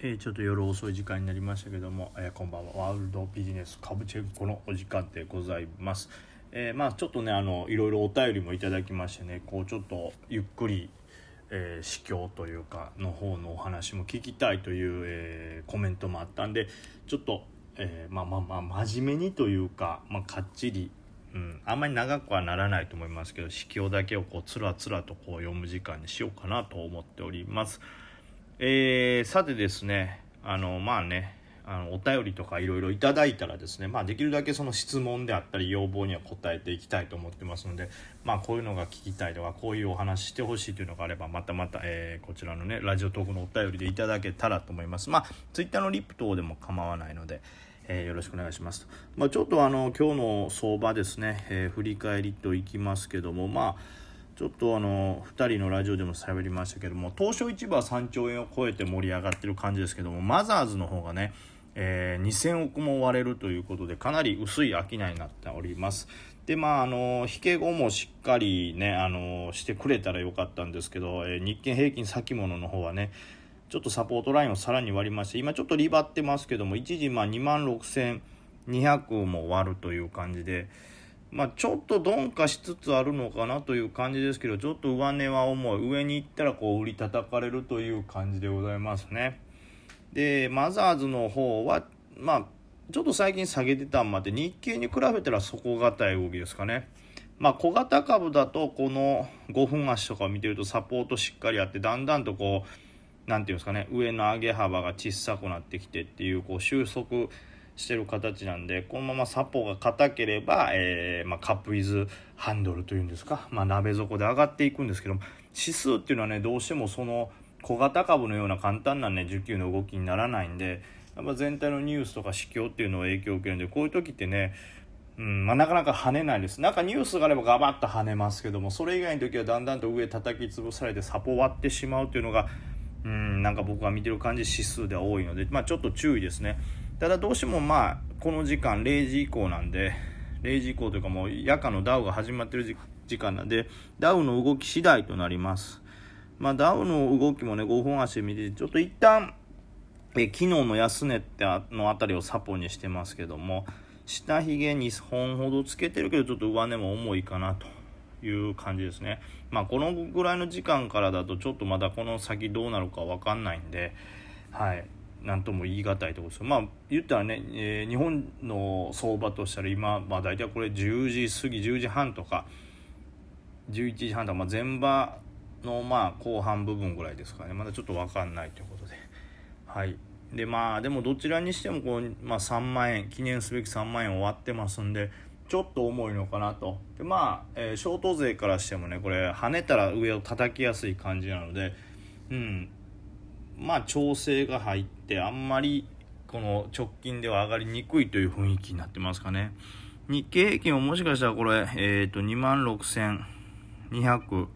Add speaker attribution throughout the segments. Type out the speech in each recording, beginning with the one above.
Speaker 1: ちょっと夜遅い時間になりましたけども、こんばんは。ワールドビジネスカブチェンコのお時間でございます。ちょっとねいろいろお便りもいただきましてね、こうちょっとゆっくり、市況というかの方のお話も聞きたいという、コメントもあったんで、ちょっと、真面目にというか、かっちり、あんまり長くはならないと思いますけど、市況だけをこうつらつらとこう読む時間にしようかなと思っております。さてですね、お便りとかいろいろいただいたらですね、できるだけその質問であったり要望には答えていきたいと思ってますので、こういうのが聞きたいとか、こういうお話してほしいというのがあれば、また、こちらのねラジオトークのお便りでいただけたらと思います。ツイッターのリップ等でも構わないので、よろしくお願いしますと。ちょっと今日の相場ですね、振り返りといきますけども、ちょっと2人のラジオでも喋りましたけども、東証一部は3兆円を超えて盛り上がってる感じですけども、マザーズの方がね、2000億も割れるということで、かなり薄い商いになっております。で引け後もしっかりねしてくれたらよかったんですけど、日経平均先物の方はねちょっとサポートラインをさらに割りまして、今ちょっとリバってますけども、一時26,200も割るという感じで、ちょっと鈍化しつつあるのかなという感じですけど、ちょっと上値は重い。上に行ったらこう売り叩かれるという感じでございますね。でマザーズの方はちょっと最近下げてたんもあって、日経に比べたら底堅い動きですかね。小型株だとこの5分足とかを見てるとサポートしっかりあって、だんだんとこうなんていうんですかね、上の上げ幅が小さくなってきてっていう収束してる形なんで、このままサポが硬ければ、カップイズハンドルというんですか、鍋底で上がっていくんですけども、指数っていうのはねどうしてもその小型株のような簡単なね需給の動きにならないんで、やっぱ全体のニュースとか市況っていうのを影響を受けるんで、こういう時ってねなかなか跳ねないです。なんかニュースがあればガバッと跳ねますけども、それ以外の時はだんだんと上叩き潰されてサポ割ってしまうというのがなんか僕が見てる感じ指数では多いので、ちょっと注意ですね。ただどうしてもこの時間0時以降なんで、0時以降というかもう夜間のダウが始まってる時間なんで、ダウの動き次第となります。ダウの動きもね5分足で見て、ちょっと一旦昨日の安値ってのあたりをサポにしてますけども、下髭2本ほどつけてるけど、ちょっと上値も重いかなという感じですね。このぐらいの時間からだとちょっとまだこの先どうなるか分かんないんで、なんとも言い難いところです。言ったらね、日本の相場としたら今、大体これ10時過ぎ10時半とか11時半とか、前場の後半部分ぐらいですかね。まだちょっと分かんないということで、ででもどちらにしてもこう、3万円記念すべき3万円終わってますんで、ちょっと重いのかなと。でショート勢からしてもね、これ跳ねたら上を叩きやすい感じなので、調整が入ってあんまりこの直近では上がりにくいという雰囲気になってますかね。日経平均ももしかしたらこれ26,200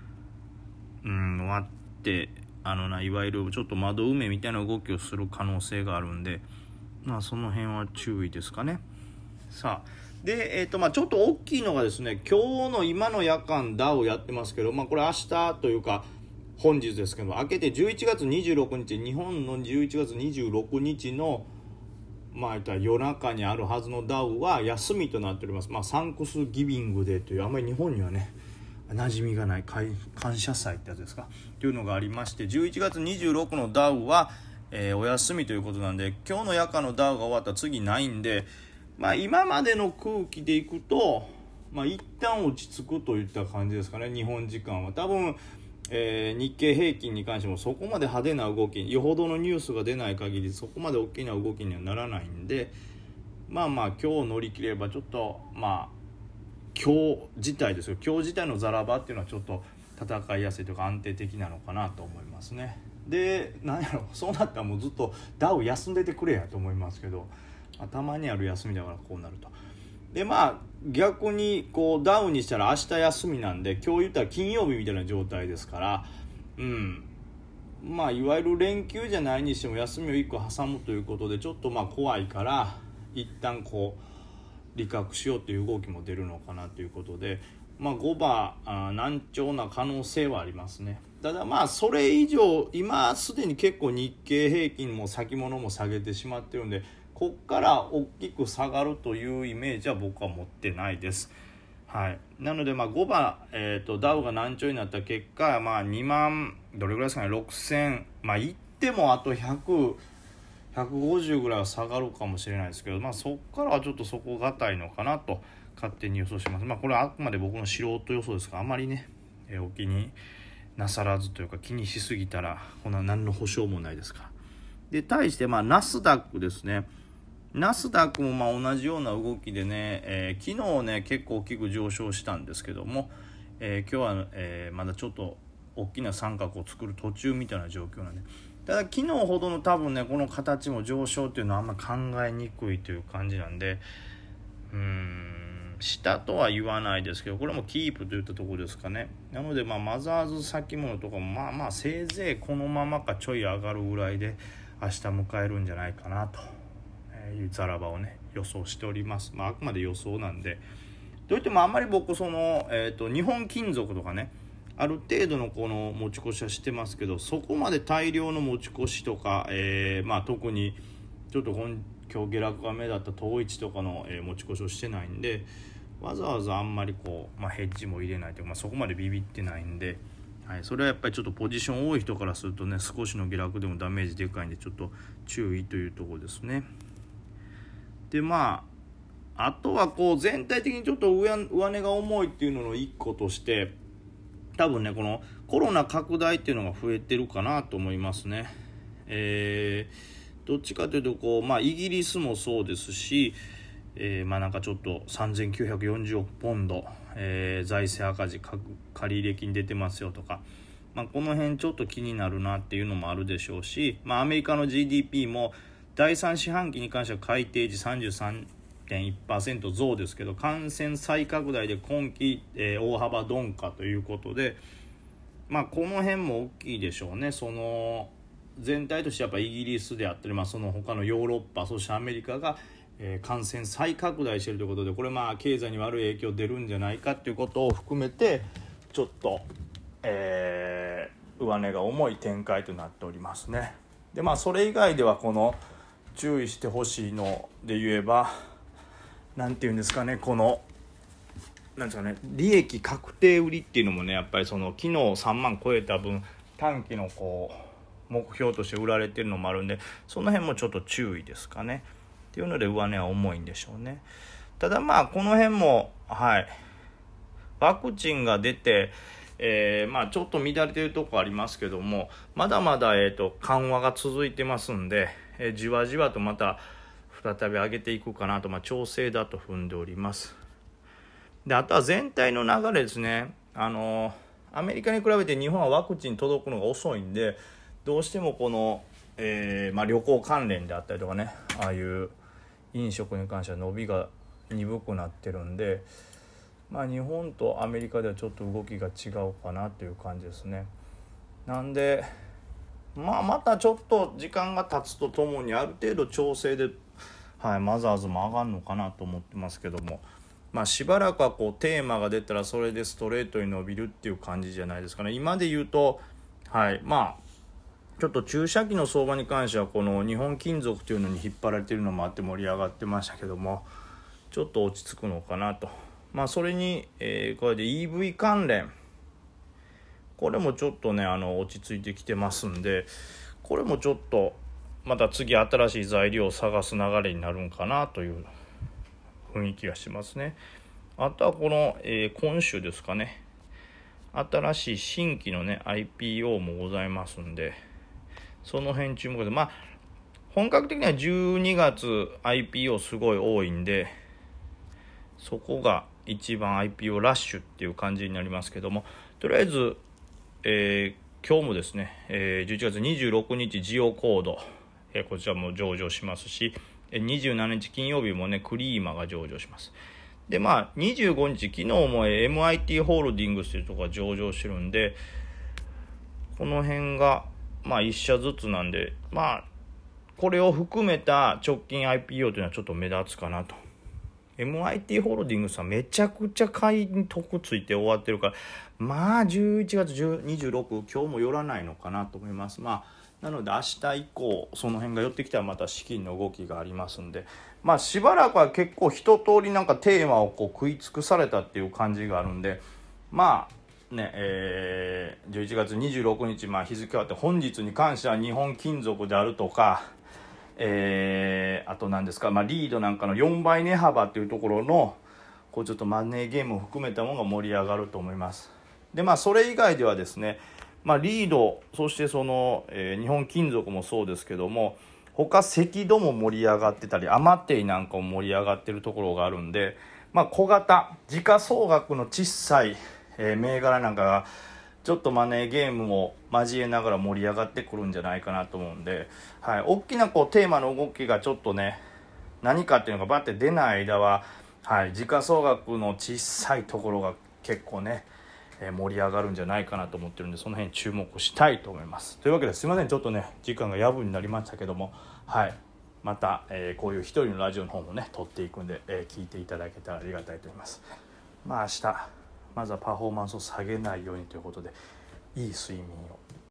Speaker 1: 割っていわゆるちょっと窓埋めみたいな動きをする可能性があるんで、その辺は注意ですかね。さあで、ちょっと大きいのがですね、今日の今の夜間ダウやってますけど、これ明日というか本日ですけど、明けて11月26日、日本の11月26日の夜中にあるはずのダウは休みとなっております。サンクスギビングデーという、あんまり日本にはね馴染みがない感謝祭ってやつですかというのがありまして、11月26のダウは、お休みということなんで、今日の夜間のダウが終わったら次ないんで、今までの空気でいくと、一旦落ち着くといった感じですかね。日本時間は多分、日経平均に関してもそこまで派手な動き、よほどのニュースが出ない限りそこまで大きな動きにはならないんで、今日乗り切ればちょっと今日自体ですよ、今日自体のザラ場っていうのはちょっと戦いやすいというか安定的なのかなと思いますね。でそうなったらもうずっとダウ休んでてくれやと思いますけど、たまにある休みだからこうなると。で逆にこうダウンにしたら明日休みなんで、今日言ったら金曜日みたいな状態ですから、いわゆる連休じゃないにしても休みを1個挟むということで、ちょっと怖いから一旦こう利確しようという動きも出るのかなということで、5番難聴な可能性はありますね。 ただまあそれ以上今すでに結構日経平均も先物も下げてしまってるんで、こっから大きく下がるというイメージは僕は持ってないです。はい、なのでまあ5番、ダウが難聴になった結果、まあ、2万どれぐらいですかね、6000、まあいってもあと100、150ぐらいは下がるかもしれないですけど、まあ、そこからはちょっと底堅いのかなと勝手に予想します。まあこれはあくまで僕の素人予想ですが、あまりね、お気になさらずというか、気にしすぎたらこんな何の保証もないですから。で対してまあナスダックですね。ナスダックもまあ同じような動きでね、昨日ね結構大きく上昇したんですけども、今日は、まだちょっと大きな三角を作る途中みたいな状況なんで、ただ昨日ほどの多分ねこの形も上昇っていうのはあんま考えにくいという感じなんで、下とは言わないですけど、これもキープといったところですかね。なのでまあマザーズ先物とかもまあまあせいぜいこのままかちょい上がるぐらいで明日迎えるんじゃないかなというザラ場をね予想しております。まああくまで予想なんで、といってもあんまり僕その、日本金属とかねある程度のこの持ち越しはしてますけど、そこまで大量の持ち越しとか、まあ特にちょっと今日下落が目立った統一とかの、持ち越しをしてないんで、わざわざあんまりこう、ヘッジも入れないというか、そこまでビビってないんで、はい、それはやっぱりちょっとポジション多い人からするとね、少しの下落でもダメージでかいんでちょっと注意というところですね。でまああとはこう全体的にちょっと上値が重いっていうのの一個として、多分ねこのコロナ拡大っていうのが増えてるかなと思いますね。どっちかというとこう、イギリスもそうですし、なんかちょっと3940億ポンド、財政赤字借入金出てますよとか、この辺ちょっと気になるなっていうのもあるでしょうし、アメリカの GDP も第3四半期に関しては改定時 33.1% 増ですけど、感染再拡大で今期、大幅鈍化ということで、この辺も大きいでしょうね。その全体としてやっぱイギリスであったり、その他のヨーロッパ、そしてアメリカが、感染再拡大しているということで、これ経済に悪い影響出るんじゃないかということを含めてちょっと、上値が重い展開となっておりますね。でそれ以外ではこの注意してほしいので言えば、なんていうんですかね、このなんですかね、利益確定売りっていうのもね、やっぱりその昨日3万超えた分短期のこう目標として売られてるのもあるんで、その辺もちょっと注意ですかねっていうので上値は重いんでしょうね。ただこの辺もワクチンが出て、ちょっと乱れてるとこありますけども、まだまだ、緩和が続いてますんで、じわじわとまた再び上げていくかなと、調整だと踏んでおります。であとは全体の流れですね。アメリカに比べて日本はワクチン届くのが遅いんで、どうしてもこの、旅行関連であったりとかね、ああいう飲食に関しては伸びが鈍くなってるんで、日本とアメリカではちょっと動きが違うかなという感じですね。なんでまたちょっと時間が経つとともにある程度調整で、マザーズも上がるのかなと思ってますけども、しばらくはこうテーマが出たらそれでストレートに伸びるっていう感じじゃないですかね。今で言うとちょっと注射器の相場に関してはこの日本金属というのに引っ張られているのもあって盛り上がってましたけども、ちょっと落ち着くのかなと。それに、これで EV 関連、これもちょっとね落ち着いてきてますんで、これもちょっとまた次新しい材料を探す流れになるんかなという雰囲気がしますね。あとはこの、今週ですかね、新しい新規のね IPO もございますんで、その辺注目で、本格的には12月 IPO すごい多いんで、そこが一番 IPO ラッシュっていう感じになりますけども、とりあえず、今日もですね、11月26日ジオコード、こちらも上場しますし、27日金曜日もねクリーマが上場します。で25日昨日も MIT ホールディングスというところが上場してるんで、この辺が1社ずつなんで、これを含めた直近 IPO というのはちょっと目立つかなと。 MIT ホールディングスはめちゃくちゃ買いに得ついて終わってるから、まあ11月26今日も寄らないのかなと思います。なので明日以降その辺が寄ってきたらまた資金の動きがありますんで、しばらくは結構一通りなんかテーマを食い尽くされたっていう感じがあるんで、11月26日、日付変わって本日に関しては日本金属であるとか、あと何ですか、リードなんかの4倍値幅っていうところのちょっとマネーゲームを含めたものが盛り上がると思います。でそれ以外ではですね、リード、そしてその、日本金属もそうですけども、他赤土も盛り上がってたり、アマテイなんかも盛り上がってるところがあるんで、小型時価総額の小さい、銘柄なんかがちょっとマネーゲームも交えながら盛り上がってくるんじゃないかなと思うんで、大きなテーマの動きがちょっとね、何かっていうのがバッて出ない間は、時価総額の小さいところが結構ね、盛り上がるんじゃないかなと思ってるんで、その辺注目したいと思います。というわけですいません、ちょっとね時間が夜分になりましたけども、また、こういう一人のラジオの方もね撮っていくんで、聞いていただけたらありがたいと思います。明日まずはパフォーマンスを下げないようにということで、いい睡眠を。